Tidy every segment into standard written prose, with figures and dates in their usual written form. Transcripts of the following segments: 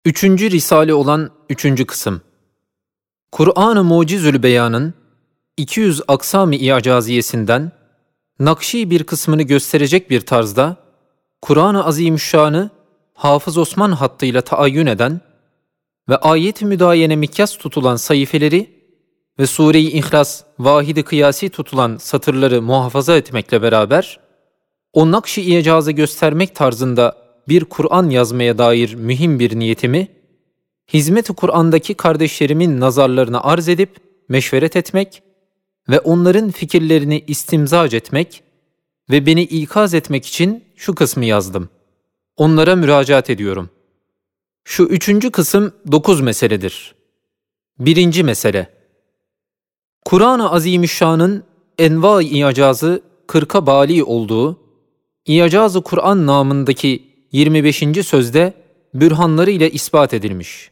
Üçüncü risale olan üçüncü kısım. Kur'an-ı Mucizül Beyan'ın 200 aksam-ı i'caziyesinden Nakşi bir kısmını gösterecek bir tarzda Kur'an-ı Azimüşşan'ı Hafız Osman hattıyla taayyün eden ve ayet-i müdayene mikyas tutulan sayfeleri ve Sure-i İhlas vahid-i kıyasi tutulan satırları muhafaza etmekle beraber o Nakşi i'cazı göstermek tarzında bir Kur'an yazmaya dair mühim bir niyetimi, hizmet-i Kur'an'daki kardeşlerimin nazarlarına arz edip meşveret etmek ve onların fikirlerini istimzac etmek ve beni ikaz etmek için şu kısmı yazdım. Onlara müracaat ediyorum. Şu üçüncü kısım 9 meseledir. Birinci mesele. Kur'an-ı Azimüşşan'ın enva-i i'cazı 40'a bali olduğu, İcaz-ı Kur'an namındaki 25. sözde bürhanları ile ispat edilmiş.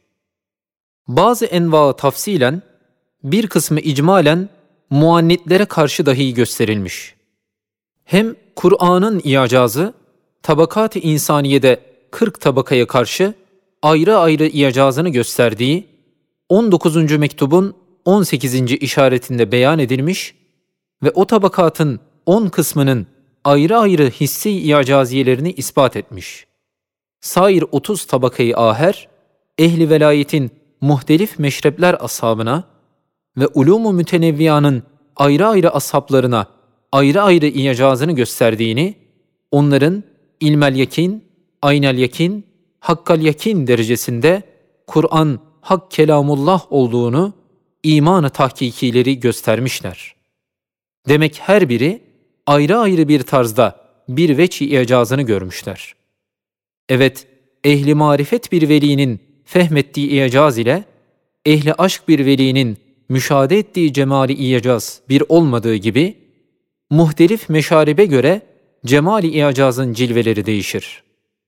Bazı enva tafsilen, bir kısmı icmalen muannitlere karşı dahi gösterilmiş. Hem Kur'an'ın i'cazı, tabakat-ı insaniyede 40 tabakaya karşı ayrı ayrı i'cazını gösterdiği 19. mektubun 18. işaretinde beyan edilmiş ve o tabakatın 10 kısmının ayrı ayrı hissi i'caziyelerini ispat etmiş. Sair 30 tabakayı aher, ehli velayetin muhtelif meşrepler ashabına ve ulûm-u mütenevviyanın ayrı ayrı ashablarına ayrı ayrı i'cazını gösterdiğini, onların ilmel yakin, aynel yakin, hakkal yakin derecesinde Kur'an hak kelamullah olduğunu iman-ı tahkikileri göstermişler. Demek her biri ayrı ayrı bir tarzda bir veçh-i i'cazını görmüşler. Evet, ehli marifet bir velinin fehmettiği i'caz ile ehli aşk bir velinin müşahede ettiği cemali i'caz bir olmadığı gibi, muhtelif meşaribe göre cemali i'cazın cilveleri değişir.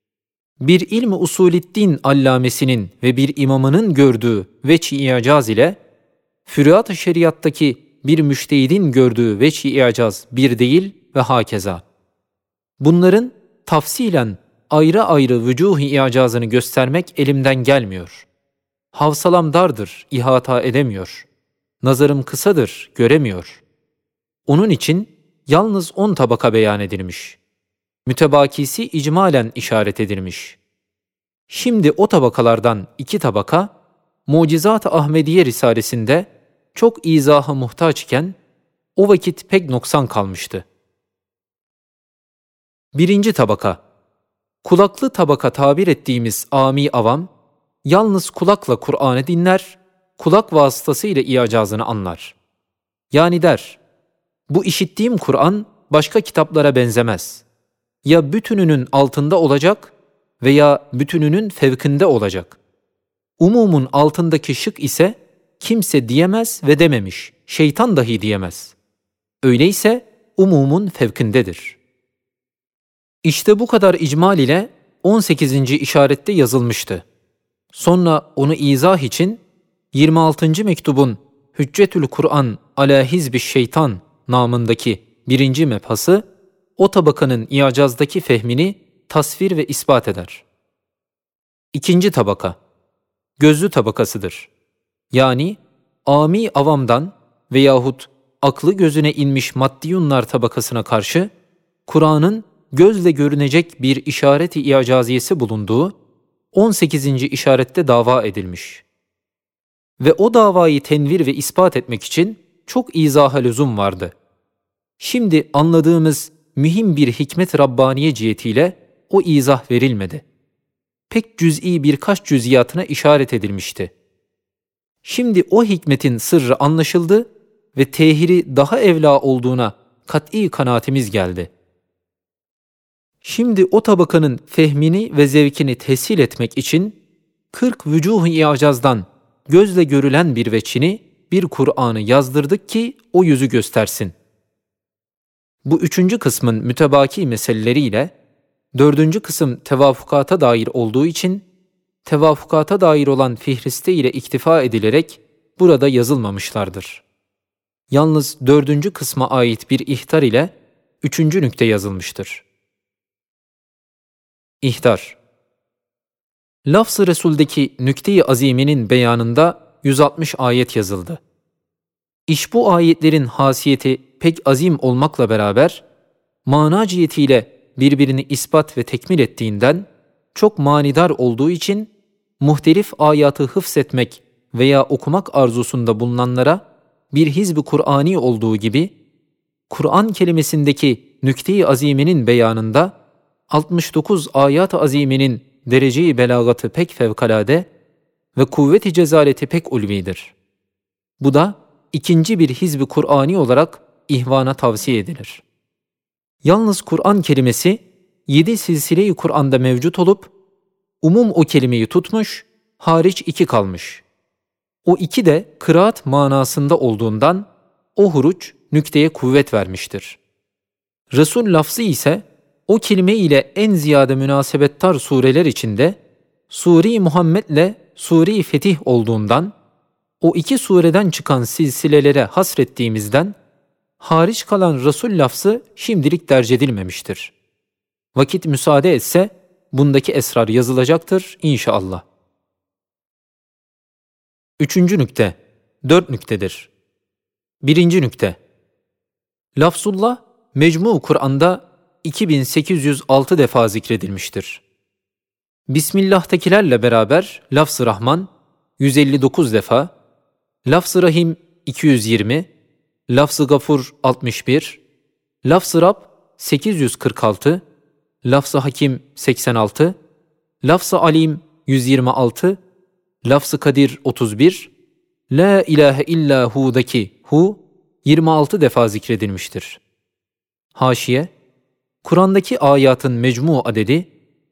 Bir ilm-i usulüddin allamesinin ve bir imamının gördüğü veçh-i i'caz ile füruat-ı şeriattaki bir müştehidin gördüğü veçh-i i'caz bir değil ve hakeza. Bunların tafsilen ayrı ayrı vücuh-i i'cazını göstermek elimden gelmiyor. Havsalam dardır, ihata edemiyor. Nazarım kısadır, göremiyor. Onun için yalnız 10 tabaka beyan edilmiş. Mütebakisi icmalen işaret edilmiş. Şimdi o tabakalardan 2 tabaka, Mucizat-ı Ahmediye Risalesinde çok izaha muhtaç iken, o vakit pek noksan kalmıştı. Birinci tabaka, kulaklı tabaka tabir ettiğimiz âmi avam, yalnız kulakla Kur'an'ı dinler, kulak vasıtasıyla i'cazını anlar. Yani der, bu işittiğim Kur'an başka kitaplara benzemez. Ya bütününün altında olacak veya bütününün fevkinde olacak. Umumun altındaki şık ise kimse diyemez ve dememiş, şeytan dahi diyemez. Öyleyse umumun fevkindedir. İşte bu kadar icmal ile 18. işarette yazılmıştı. Sonra onu izah için 26. mektubun Hüccetül Kur'an ala hizbi şeytan namındaki 1. mebhası o tabakanın i'cazdaki fehmini tasvir ve ispat eder. İkinci tabaka, gözlü tabakasıdır. Yani âmi avamdan veyahut aklı gözüne inmiş maddiyunlar tabakasına karşı Kur'an'ın gözle görünecek bir işaret-i i'caziyesi bulunduğu 18. işarette dava edilmiş. Ve o davayı tenvir ve ispat etmek için çok izaha lüzum vardı. Şimdi anladığımız mühim bir hikmet Rabbaniye cihetiyle o izah verilmedi. Pek cüz'i birkaç cüz'iyatına işaret edilmişti. Şimdi o hikmetin sırrı anlaşıldı ve tehiri daha evla olduğuna kat'i kanaatimiz geldi. Şimdi o tabakanın fehmini ve zevkini tehsil etmek için 40 vücuh-i i'cazdan gözle görülen bir veçhini bir Kur'an'ı yazdırdık ki o yüzü göstersin. Bu üçüncü kısmın mütebaki meseleleriyle dördüncü kısım tevafukata dair olduğu için tevafukata dair olan fihriste ile iktifa edilerek burada yazılmamışlardır. Yalnız dördüncü kısma ait bir ihtar ile üçüncü nükte yazılmıştır. İhtar. Lafz-ı Resul'deki nükte-i azimenin beyanında 160 ayet yazıldı. İş bu ayetlerin hasiyeti pek azim olmakla beraber, mana cihetiyle birbirini ispat ve tekmil ettiğinden, çok manidar olduğu için, muhtelif ayatı hıfzetmek veya okumak arzusunda bulunanlara, bir hizb-i Kur'ani olduğu gibi, Kur'an kelimesindeki nükte-i azimenin beyanında, 69 ayat-ı azimenin derece-i belagatı pek fevkalade ve kuvvet-i cezaleti pek ulvidir. Bu da ikinci bir hizb-i Kur'ani olarak ihvana tavsiye edilir. Yalnız Kur'an kelimesi 7 silsile-i Kur'an'da mevcut olup, umum o kelimeyi tutmuş, hariç 2 kalmış. O 2 de kıraat manasında olduğundan o huruç nükteye kuvvet vermiştir. Resul lafzı ise o kelime ile en ziyade münasebettar sureler içinde Sure-i Muhammed'le Sure-i Fetih olduğundan, o 2 sureden çıkan silsilelere hasrettiğimizden, hariç kalan Resul lafzı şimdilik derc edilmemiştir. Vakit müsaade etse bundaki esrar yazılacaktır inşallah. 3. nükte, 4 nüktedir. 1. nükte. Lafzullah, Mecmu Kur'an'da 2806 defa zikredilmiştir. Bismillah'takilerle beraber Lafz-ı Rahman 159 defa, Lafz-ı Rahim 220, Lafz-ı Gafur 61, Lafz-ı Rab 846, Lafz-ı Hakim 86, Lafz-ı Alim 126, Lafz-ı Kadir 31, La ilahe illa hu'daki hu 26 defa zikredilmiştir. Haşiye, Kur'an'daki ayatın mecmu adedi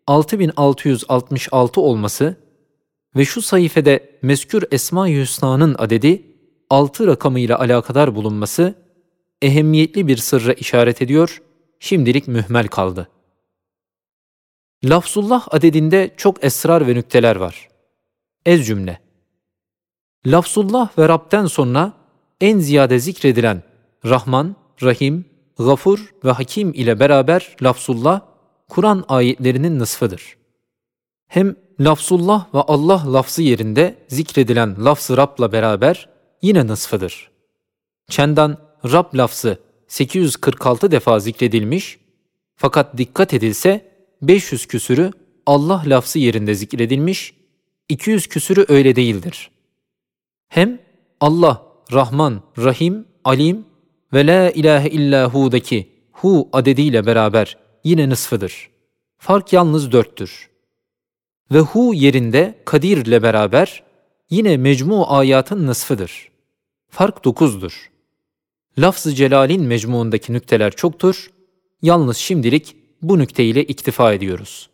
6666 olması ve şu sayfede mezkür Esma-i Hüsna'nın adedi 6 rakamıyla alakadar bulunması ehemmiyetli bir sırra işaret ediyor, şimdilik mühmel kaldı. Lafzullah adedinde çok esrar ve nükteler var. Ez cümle. Lafzullah ve Rab'den sonra en ziyade zikredilen Rahman, Rahim, Gafur ve Hakim ile beraber lafzullah, Kur'an ayetlerinin nısfıdır. Hem lafzullah ve Allah lafzı yerinde zikredilen lafz-ı Rab'la beraber yine nısfıdır. Çendan Rab lafzı 846 defa zikredilmiş, fakat dikkat edilse 500 küsürü Allah lafzı yerinde zikredilmiş, 200 küsürü öyle değildir. Hem Allah, Rahman, Rahim, Alim ve La ilahe illa hu'daki hu adediyle beraber yine nısfıdır. Fark yalnız 4'tür. Ve hu yerinde Kadir ile beraber yine mecmu ayatın nısfıdır. Fark 9'dur. Lafz-ı Celal'in mecmuundaki nükteler çoktur, yalnız şimdilik bu nükteyle iktifa ediyoruz.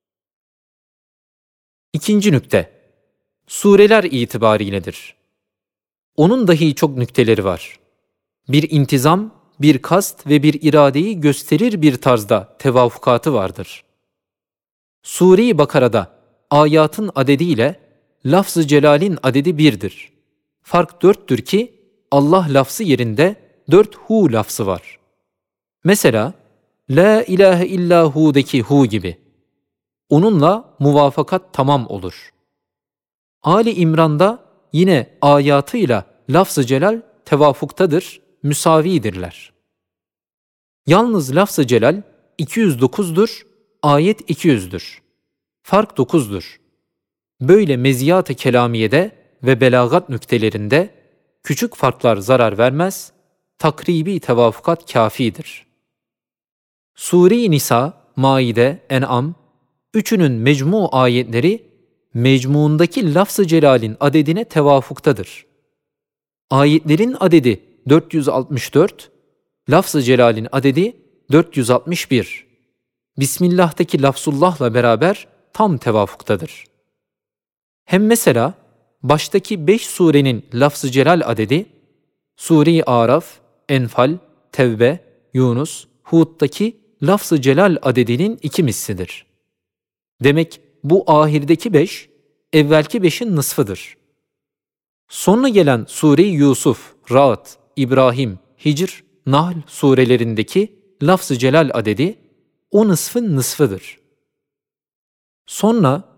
2. nükte, sureler itibariyledir. Onun dahi çok nükteleri var. Bir intizam, bir kast ve bir iradeyi gösterir bir tarzda tevafukatı vardır. Sure-i Bakara'da ayatın adediyle lafz-ı celalin adedi birdir. Fark 4'tür ki Allah lafzı yerinde 4 hu lafzı var. Mesela La ilahe illa hu'daki hu gibi. Onunla muvafakat tamam olur. Ali İmran'da yine ayatıyla lafz-ı celal tevafuktadır, müsavidirler. Yalnız lafz-ı celal 209'dur, ayet 200'dür. Fark 9'dur. Böyle meziyat-ı kelamiyede ve belagat nüktelerinde küçük farklar zarar vermez, takribi tevafukat kâfidir. Sure-i Nisa, Maide, En'am, üçünün mecmu ayetleri mecmuundaki lafz-ı celalin adedine tevafuktadır. Ayetlerin adedi 464, lafz-ı celalin adedi 461. Bismillah'taki lafzullah'la beraber tam tevafuktadır. Hem mesela baştaki 5 surenin lafz-ı celal adedi, Sure-i Araf, Enfal, Tevbe, Yunus, Hud'daki lafz-ı celal adedinin 2 mislidir. Demek bu ahirdeki 5, evvelki 5'in nısfıdır. Sonra gelen Sure-i Yusuf, Ra'd, İbrahim, Hicr, Nahl surelerindeki lafz-ı celal adedi o nısfın nısfıdır. Sonra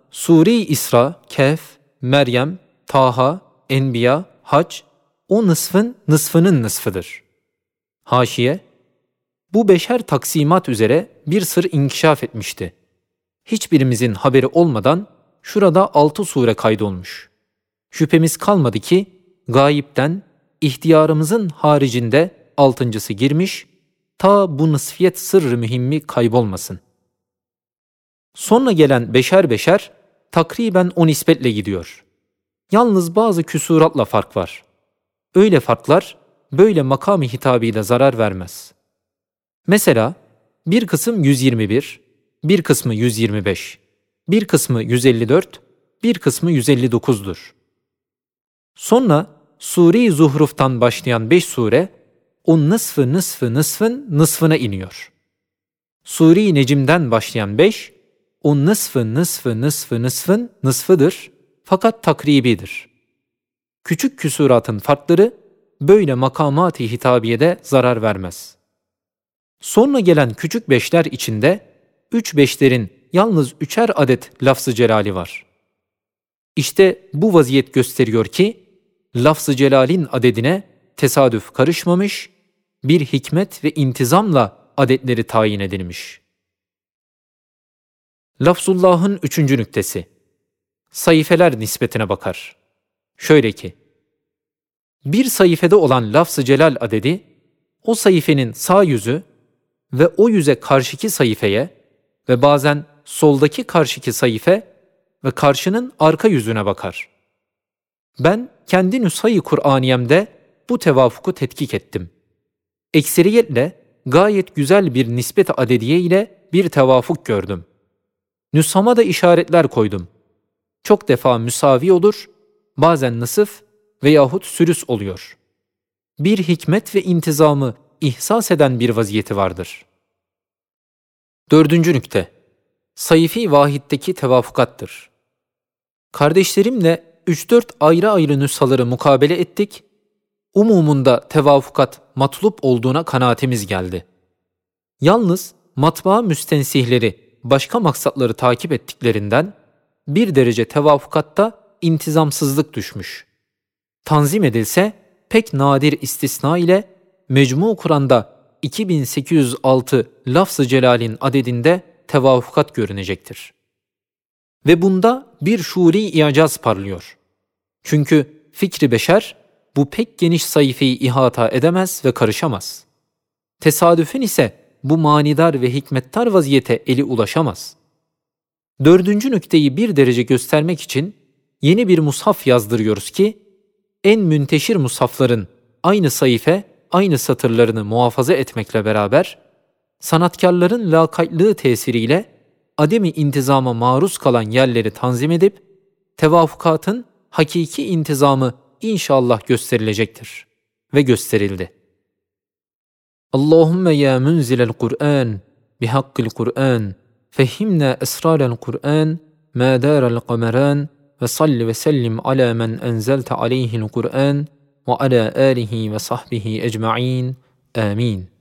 Sure-i İsra, Kehf, Meryem, Taha, Enbiya, Hac, o nısfın nısfının nısfıdır. Haşiye, bu beşer taksimat üzere bir sır inkişaf etmişti. Hiçbirimizin haberi olmadan şurada 6 sure kaydolmuş. Şüphemiz kalmadı ki gayipten ihtiyarımızın haricinde 6.'sı girmiş, ta bu nısfiyet sırrı mühimmi kaybolmasın. Sonra gelen beşer beşer takriben o nispetle gidiyor. Yalnız bazı küsuratla fark var. Öyle farklar böyle makam-ı hitabide zarar vermez. Mesela bir kısım 121, bir kısmı 125, bir kısmı 154, bir kısmı 159'dur. Sonra Sure-i Zuhruf'tan başlayan 5 sure o nısfın nısfına iniyor. Sure-i Necim'den başlayan 5 o nısfın nısfıdır fakat takribidir. Küçük küsuratın farkları böyle makamat-ı hitabiyede zarar vermez. Sonra gelen küçük beşler içinde 3 beşlerin yalnız 3'er adet lafz-ı celali var. İşte bu vaziyet gösteriyor ki lafz-ı celalin adedine tesadüf karışmamış, bir hikmet ve intizamla adetleri tayin edilmiş. Lafzullah'ın 3. nüktesi. Sayfeler nispetine bakar. Şöyle ki, bir sayfede olan lafz-ı celal adedi, o sayfenin sağ yüzü ve o yüze karşıki sayfaya ve bazen soldaki karşıki sayfe ve karşının arka yüzüne bakar. Ben kendi nüshayı Kur'aniyemde bu tevafuku tetkik ettim. Ekseriyetle gayet güzel bir nispet adediye ile bir tevafuk gördüm. Nüshama da işaretler koydum. Çok defa müsavi olur, bazen nısıf veyahut sülüs oluyor. Bir hikmet ve intizamı ihsas eden bir vaziyeti vardır. 4. nükte. Sayfi vahiddeki tevafukattır. Kardeşlerimle 3-4 ayrı ayrı nüshaları mukabele ettik, umumunda tevafukat matlup olduğuna kanaatimiz geldi. Yalnız matbaa müstensihleri başka maksatları takip ettiklerinden bir derece tevafukatta intizamsızlık düşmüş. Tanzim edilse pek nadir istisna ile Mecmu Kur'an'da 2806 lafz-ı celalin adedinde tevafukat görünecektir. Ve bunda bir şuuri i'caz parlıyor. Çünkü fikri beşer bu pek geniş sayfayı ihata edemez ve karışamaz. Tesadüfün ise bu manidar ve hikmettar vaziyete eli ulaşamaz. 4. nükteyi bir derece göstermek için yeni bir mushaf yazdırıyoruz ki, en münteşir mushafların aynı sayfa, aynı satırlarını muhafaza etmekle beraber, sanatkarların lakaytlığı tesiriyle ademi intizama maruz kalan yerleri tanzim edip, tevafukatın hakiki intizamı inşallah gösterilecektir. Ve gösterildi. Allahümme ya münzilel Kur'an, bihakkil Kur'an, fehimna esrarel Kur'an, ma darel kameran, ve salli ve sellim ala men enzelte aleyhil Kur'an, ve ala alihi ve sahbihi ecma'in. Amin.